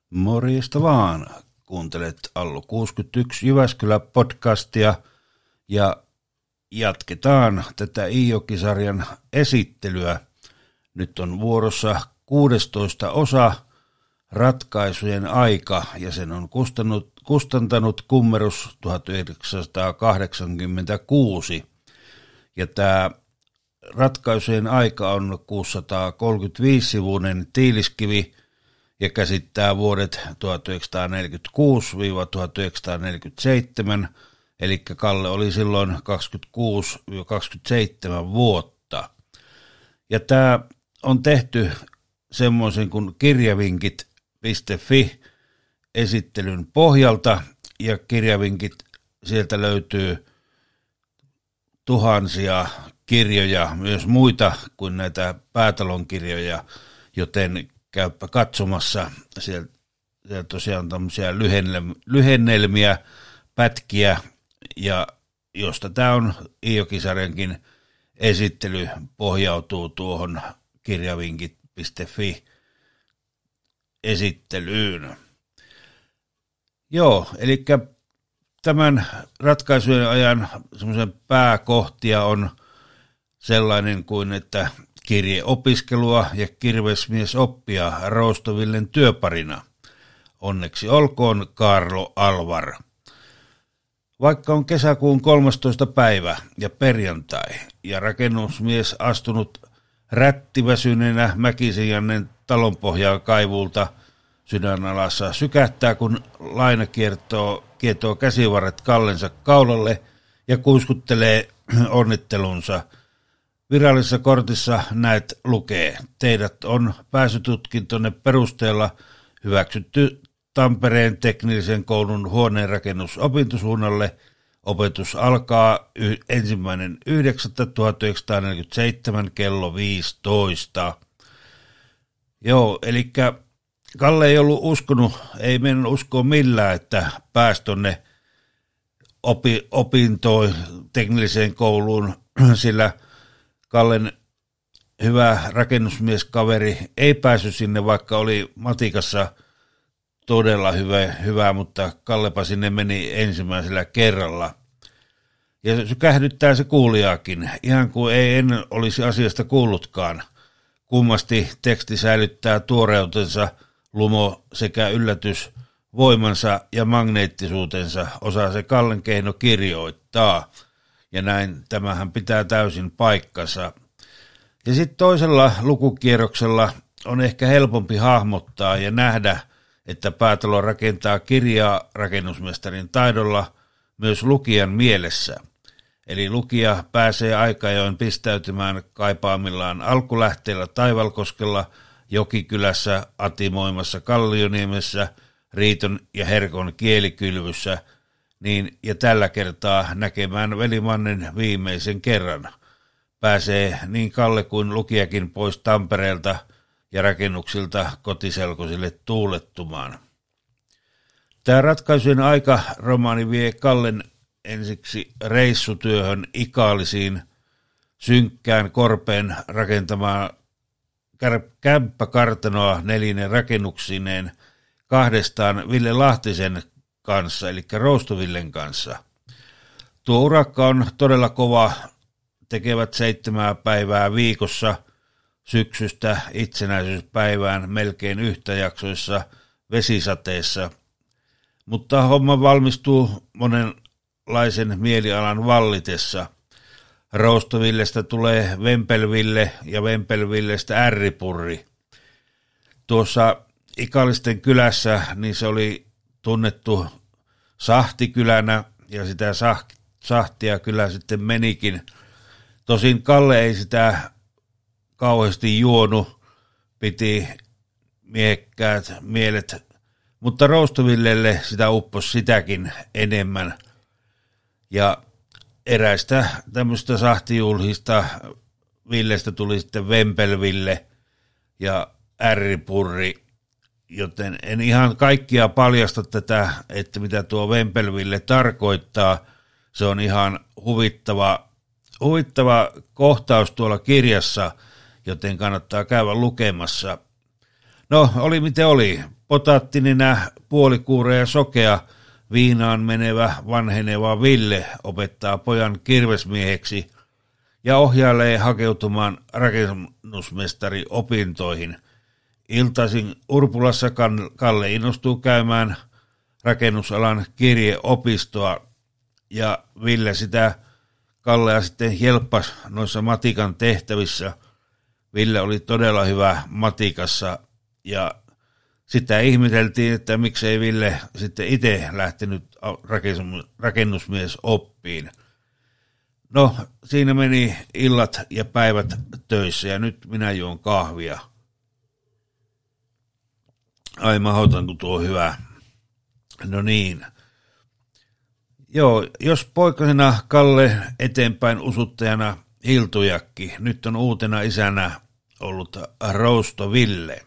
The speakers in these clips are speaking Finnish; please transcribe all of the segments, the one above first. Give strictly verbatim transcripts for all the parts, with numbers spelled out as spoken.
Morjesta vaan. Kuuntelet Allu kuusikymmentäyksi Jyväskylä-podcastia ja jatketaan tätä Iijoki-sarjan esittelyä. Nyt on vuorossa kuudestoista osa Ratkaisujen aika ja sen on kustanut, kustantanut Kummerus tuhatyhdeksänsataakahdeksankymmentäkuusi. Ja tämä Ratkaisujen aika on kuusisataakolmekymmentäviisi-sivuinen tiiliskivi ja käsittää vuodet tuhatyhdeksänsataaneljäkymmentäkuusi tuhatyhdeksänsataaneljäkymmentäseitsemän, eli Kalle oli silloin kaksikymmentäkuusi kaksikymmentäseitsemän vuotta. Ja tämä on tehty semmoisen kuin kirjavinkit piste fi esittelyn pohjalta, ja kirjavinkit sieltä löytyy tuhansia kirjoja, myös muita kuin näitä Päätalon kirjoja, joten käypä katsomassa. Sieltä, sieltä tosiaan on tämmöisiä lyhennelmiä, pätkiä, ja josta tämä on Iijoki-sarjankin esittely, pohjautuu tuohon kirjavinkit piste fi esittelyyn. Joo, eli tämän ratkaisujen ajan semmoisen pääkohtia on sellainen kuin, että kirjeopiskelua ja kirvesmies oppia Roostovillen työparina. Onneksi olkoon Kaarlo Alvar. Vaikka on kesäkuun kolmastoista päivä ja perjantai ja rakennusmies astunut rättiväsyneenä Mäkisen talonpohjaa kaivulta, sydänalassa sykähtää, kun Laina kiertoo, kietoo käsivarret Kallensa kaulalle ja kuiskuttelee onnittelunsa. Virallisessa kortissa näet lukee: teidät on pääsytutkintonne perusteella hyväksytty Tampereen teknillisen koulun huoneenrakennusopintosuunnalle. Opetus alkaa ensimmäinen yhdeksättä tuhatyhdeksänsataaneljäkymmentäseitsemän kello viisitoista. Joo, eli Kalle ei ollut uskonut, ei mennyt uskoa millään, että pääsi tuonne opi, opintoon teknilliseen kouluun, sillä Kallen hyvä rakennusmieskaveri ei päässyt sinne, vaikka oli matikassa todella hyvä, hyvä, mutta Kallepa sinne meni ensimmäisellä kerralla. Ja se kähdyttää se kuulijaakin, ihan kuin ei ennen olisi asiasta kuullutkaan. Kummasti teksti säilyttää tuoreutensa, lumo sekä yllätys voimansa ja magneettisuutensa, osaa se Kallen keino kirjoittaa. Ja näin tämähän pitää täysin paikkansa. Ja sitten toisella lukukierroksella on ehkä helpompi hahmottaa ja nähdä, että Päätalo rakentaa kirjaa rakennusmestarin taidolla myös lukijan mielessä. Eli lukija pääsee aika ajoin pistäytymään kaipaamillaan alkulähteillä Taivalkoskella, Jokikylässä, Atimoimassa Kallioniemessä, Riiton ja Herkon kielikylvyssä, niin ja tällä kertaa näkemään velimannen viimeisen kerran. Pääsee niin Kalle kuin lukijakin pois Tampereelta ja rakennuksilta kotiselkoisille tuulettumaan. Tämä Ratkaisujen aika -romaani vie Kallen ensiksi reissutyöhön Ikaalisiin, synkkään Korpeen rakentamaan kämppäkartanoa neljinen rakennuksineen kahdestaan Ville Lahtisen kanssa, eli Roostovillen kanssa. Tuo urakka on todella kova, tekevät seitsemää päivää viikossa syksystä itsenäisyyspäivään melkein yhtäjaksoissa vesisateessa, mutta homma valmistuu monenlaisen mielialan vallitessa. Roostovillestä tulee Vempelville ja Vempelvillestä Ärripurri. Tuossa Ikaalisten kylässä niin se oli tunnettu Sahtikylänä ja sitä sahtia kyllä sitten menikin. Tosin Kalle ei sitä kauheasti juonut, piti miehekkäät mielet, mutta Roostovillelle sitä upposi sitäkin enemmän. Ja eräistä tämmöistä sahtijulhista Villestä tuli sitten Vempelville ja Ärripurri, joten en ihan kaikkia paljasta tätä, että mitä tuo Vempelville tarkoittaa. Se on ihan huvittava, huvittava kohtaus tuolla kirjassa, joten kannattaa käydä lukemassa. No, oli miten oli. potaattinenä, puolikuure ja sokea, viinaan menevä vanheneva Ville opettaa pojan kirvesmieheksi ja ohjailee hakeutumaan rakennusmestari opintoihin. Iltaisin Urpulassa Kalle innostuu käymään rakennusalan kirjeopistoa ja Ville sitä Kallea sitten helppasi noissa matikan tehtävissä. Ville oli todella hyvä matikassa ja sitä ihmeteltiin, että miksei Ville sitten itse lähtenyt rakennusmies oppiin. No, siinä meni illat ja päivät töissä ja nyt minä juon kahvia. Ai mahdoton, kun tuo on hyvä. No niin. Joo, jos poikasena Kalle eteenpäin usuttajana Hiltujakki, nyt on uutena isänä ollut Rousto Ville.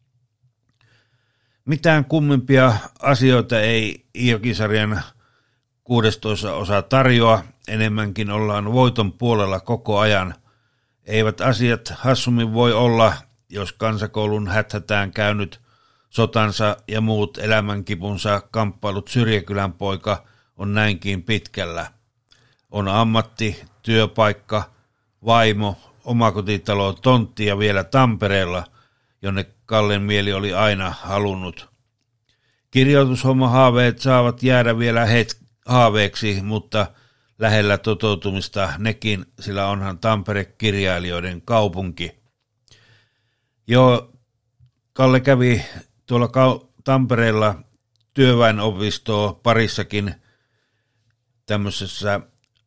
Mitään kummempia asioita ei Iokisarjan kuudestoista osa tarjoa, enemmänkin ollaan voiton puolella koko ajan. Eivät asiat hassummin voi olla, jos kansakoulun häthätään käynyt sotansa ja muut elämänkipunsa kamppailut Syrjäkylän poika on näinkin pitkällä. On ammatti, työpaikka, vaimo, omakotitalo, tontti ja vielä Tampereella, jonne Kallen mieli oli aina halunnut. Kirjoitushomma-haaveet saavat jäädä vielä het- haaveeksi, mutta lähellä toteutumista nekin, sillä onhan Tampere kirjailijoiden kaupunki. Joo, Kalle kävi tuolla ka- Tampereella työväenopistoa parissakin tämmöisessä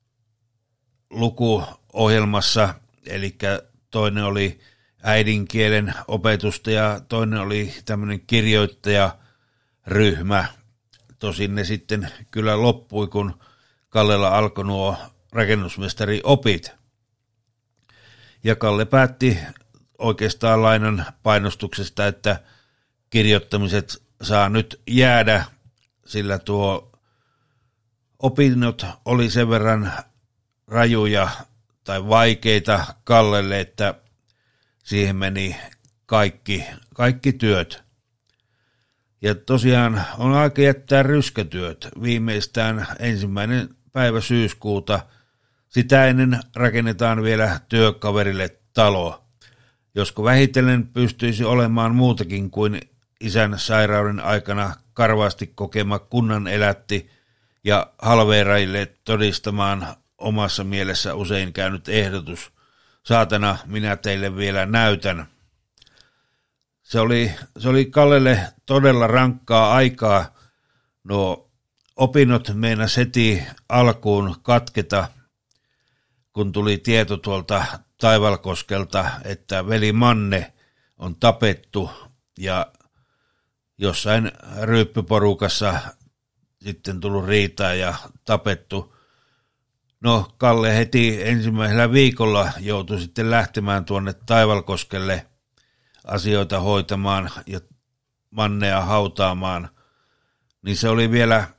lukuohjelmassa, eli toinen oli äidinkielen opetusta ja toinen oli tämmöinen kirjoittajaryhmä. Tosin ne sitten kyllä loppui, kun Kallella alkoi nuo rakennusmestariopit. Ja Kalle päätti oikeastaan lainan painostuksesta, että kirjoittamiset saa nyt jäädä, sillä tuo opinnot oli sen verran rajuja tai vaikeita Kallelle, että siihen meni kaikki, kaikki työt. Ja tosiaan on aika jättää ryskätyöt viimeistään ensimmäinen päivä syyskuuta. Sitä ennen rakennetaan vielä työkaverille talo. Josko vähitellen pystyisi olemaan muutakin kuin isän sairauden aikana karvaasti kokema kunnan elätti ja halveeraille todistamaan omassa mielessä usein käynyt ehdotus. Saatana, minä teille vielä näytän. Se oli, se oli Kallelle todella rankkaa aikaa. No opinnot meinas heti alkuun katketa, kun tuli tieto tuolta Taivalkoskelta, että veli Manne on tapettu ja jossain ryyppyporukassa sitten tullut riitaa ja tapettu. No Kalle heti ensimmäisellä viikolla joutui sitten lähtemään tuonne Taivalkoskelle asioita hoitamaan ja Mannea hautaamaan, niin se oli vielä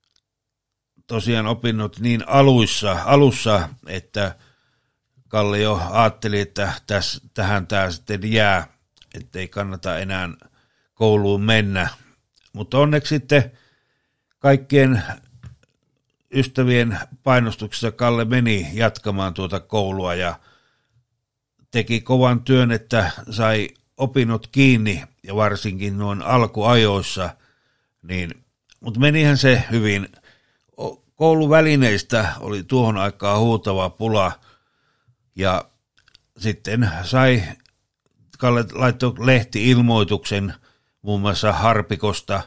tosiaan opinnot niin aluissa, alussa, että Kalle jo ajatteli, että täs, tähän tämä sitten jää, ettei kannata enää kouluun mennä. Mutta onneksi sitten kaikkien ystävien painostuksessa Kalle meni jatkamaan tuota koulua ja teki kovan työn, että sai opinnot kiinni ja varsinkin noin alkuajoissa, niin, mutta menihän se hyvin. Kouluvälineistä oli tuohon aikaan huutava pula ja sitten sai, Kalle laittoi lehti-ilmoituksen muun muassa Harpikosta,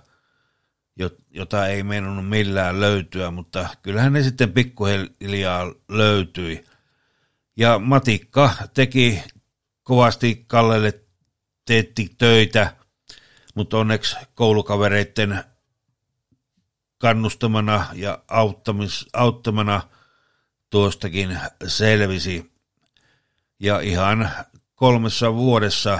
jota ei meinannut millään löytyä, mutta kyllähän ne sitten pikkuhiljaa löytyi. Ja matikka teki kovasti Kallelle, teetti töitä, mutta onneksi koulukavereiden kannustamana ja auttamis, auttamana tuostakin selvisi. Ja ihan kolmessa vuodessa,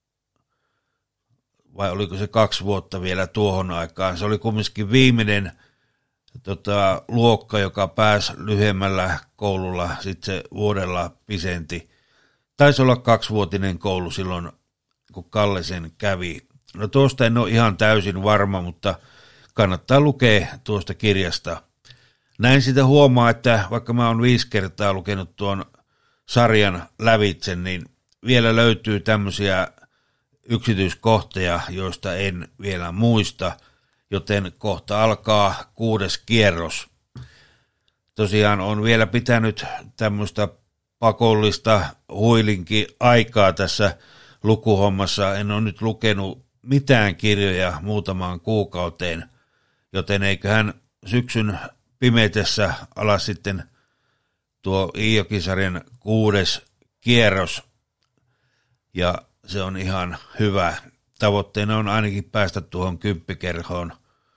vai oliko se kaksi vuotta vielä tuohon aikaan, se oli kumminkin viimeinen tota, luokka, joka pääsi lyhyemmällä koululla, sitten se vuodella pisenti. Taisi olla kaksivuotinen koulu silloin, kun Kalle sen kävi. No tuosta en ole ihan täysin varma, mutta kannattaa lukea tuosta kirjasta. Näin sitä huomaa, että vaikka mä oon viisi kertaa lukenut tuon sarjan lävitse, niin vielä löytyy tämmöisiä yksityiskohtia, joista en vielä muista, joten kohta alkaa kuudes kierros. Tosiaan on vielä pitänyt tämmöistä pakollista huilinkin aikaa tässä lukuhommassa. En ole nyt lukenut mitään kirjoja muutamaan kuukauteen, joten eiköhän syksyn pimeydessä ala sitten tuo Iijoki-sarjan kuudes kierros, ja se on ihan hyvä. Tavoitteena on ainakin päästä tuohon kymppikerhoon,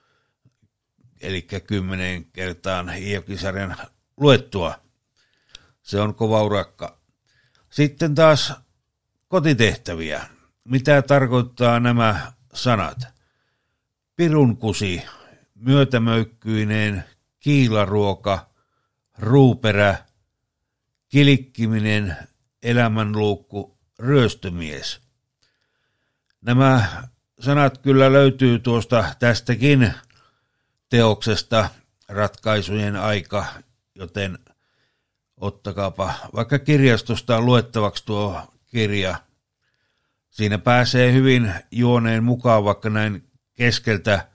eli kymmenen kertaan Iijoki-sarjan luettua. Se on kova urakka. Sitten taas kotitehtäviä. Mitä tarkoittaa nämä sanat? Pirunkusi, myötämöykkyinen, kiilaruoka, ruuperä, kilikkiminen, elämänluukku, ryöstömies. Nämä sanat kyllä löytyy tuosta tästäkin teoksesta Ratkaisujen aika, joten ottakaapa vaikka kirjastosta luettavaksi tuo kirja. Siinä pääsee hyvin juoneen mukaan, vaikka näin keskeltä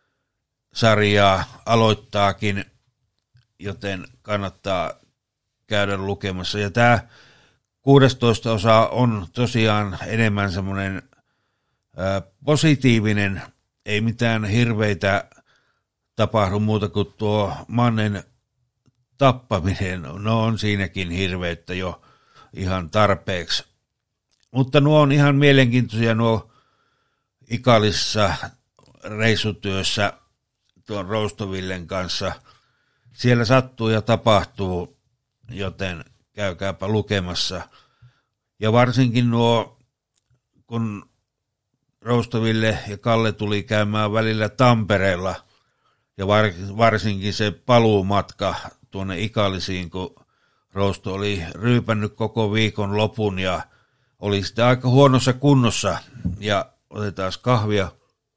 sarjaa aloittaakin, joten kannattaa käydä lukemassa. Ja tämä kuudestoista osa on tosiaan enemmän semmoinen ää, positiivinen, ei mitään hirveitä tapahdu muuta kuin tuo Mannen tappaminen. No on siinäkin hirveyttä jo ihan tarpeeksi. Mutta nuo on ihan mielenkiintoisia nuo Ikalissa reissutyössä tuon Roustovillen kanssa. Siellä sattuu ja tapahtuu, joten käykääpä lukemassa. Ja varsinkin nuo, kun Roustoville ja Kalle tuli käymään välillä Tampereella, ja varsinkin se paluumatka tuonne Ikallisiin, kun Rousto oli ryypännyt koko viikon lopun ja oli sitten aika huonossa kunnossa, ja otetaan kahvia.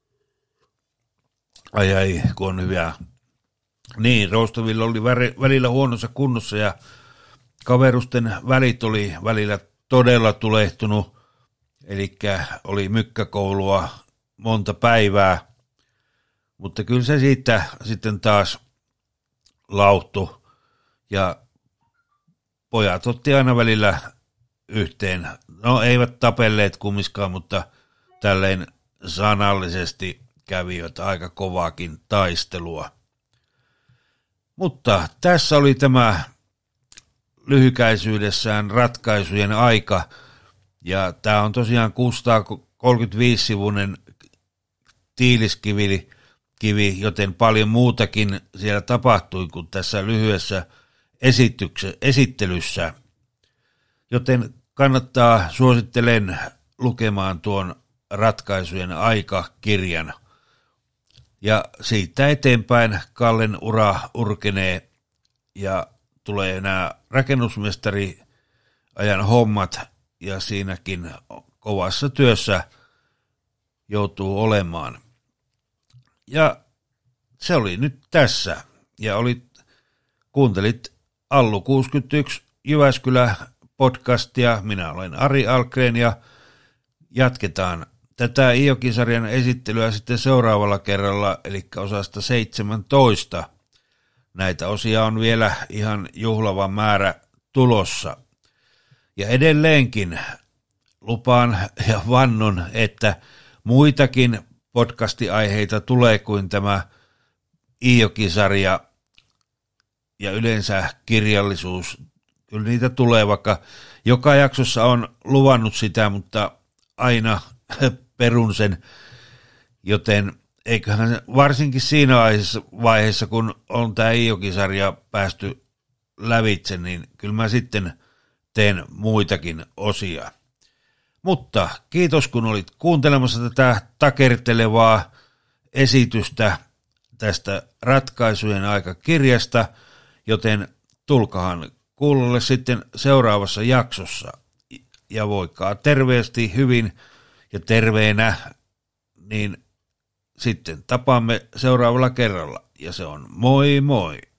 Ai ai, kun on hyvää. Niin, Roustoville oli välillä huonossa kunnossa ja kaverusten välit oli välillä todella tulehtunut, eli oli mykkäkoulua monta päivää, mutta kyllä se siitä sitten taas lauhtui ja pojat otti aina välillä yhteen. No eivät tapelleet kummiskaan, mutta tälleen sanallisesti kävivät aika kovaakin taistelua. Mutta tässä oli tämä lyhykäisyydessään Ratkaisujen aika, ja tämä on tosiaan kuusisataakolmekymmentäviisi-sivuinen tiiliskivi, kivi, joten paljon muutakin siellä tapahtui kuin tässä lyhyessä esittelyssä, joten kannattaa, suosittelen lukemaan tuon Ratkaisujen aika-kirjan. Ja siitä eteenpäin Kallen ura urkenee ja tulee nämä rakennusmestariajan hommat, ja siinäkin kovassa työssä joutuu olemaan. Ja se oli nyt tässä, ja olit, kuuntelit Allu kuusikymmentäyksi Jyväskylä podcastia. Minä olen Ari Algren, ja jatketaan tätä Iijoki-sarjan esittelyä sitten seuraavalla kerralla, eli osasta seitsemäntoista. Näitä osia on vielä ihan juhlava määrä tulossa. Ja edelleenkin lupaan ja vannon, että muitakin podcastiaiheita tulee kuin tämä Iijoki-sarja ja yleensä kirjallisuus. Kyllä niitä tulee, vaikka joka jaksossa on luvannut sitä, mutta aina perun sen, joten eiköhän varsinkin siinä vaiheessa, kun on tämä Iijoki-sarja päästy lävitse, niin kyllä mä sitten teen muitakin osia. Mutta kiitos, kun olit kuuntelemassa tätä takertelevaa esitystä tästä Ratkaisujen aika-kirjasta, joten tulkahan kuulolle sitten seuraavassa jaksossa. Ja voikaa terveesti hyvin ja terveenä niin sitten tapaamme seuraavalla kerralla. Ja se on moi moi!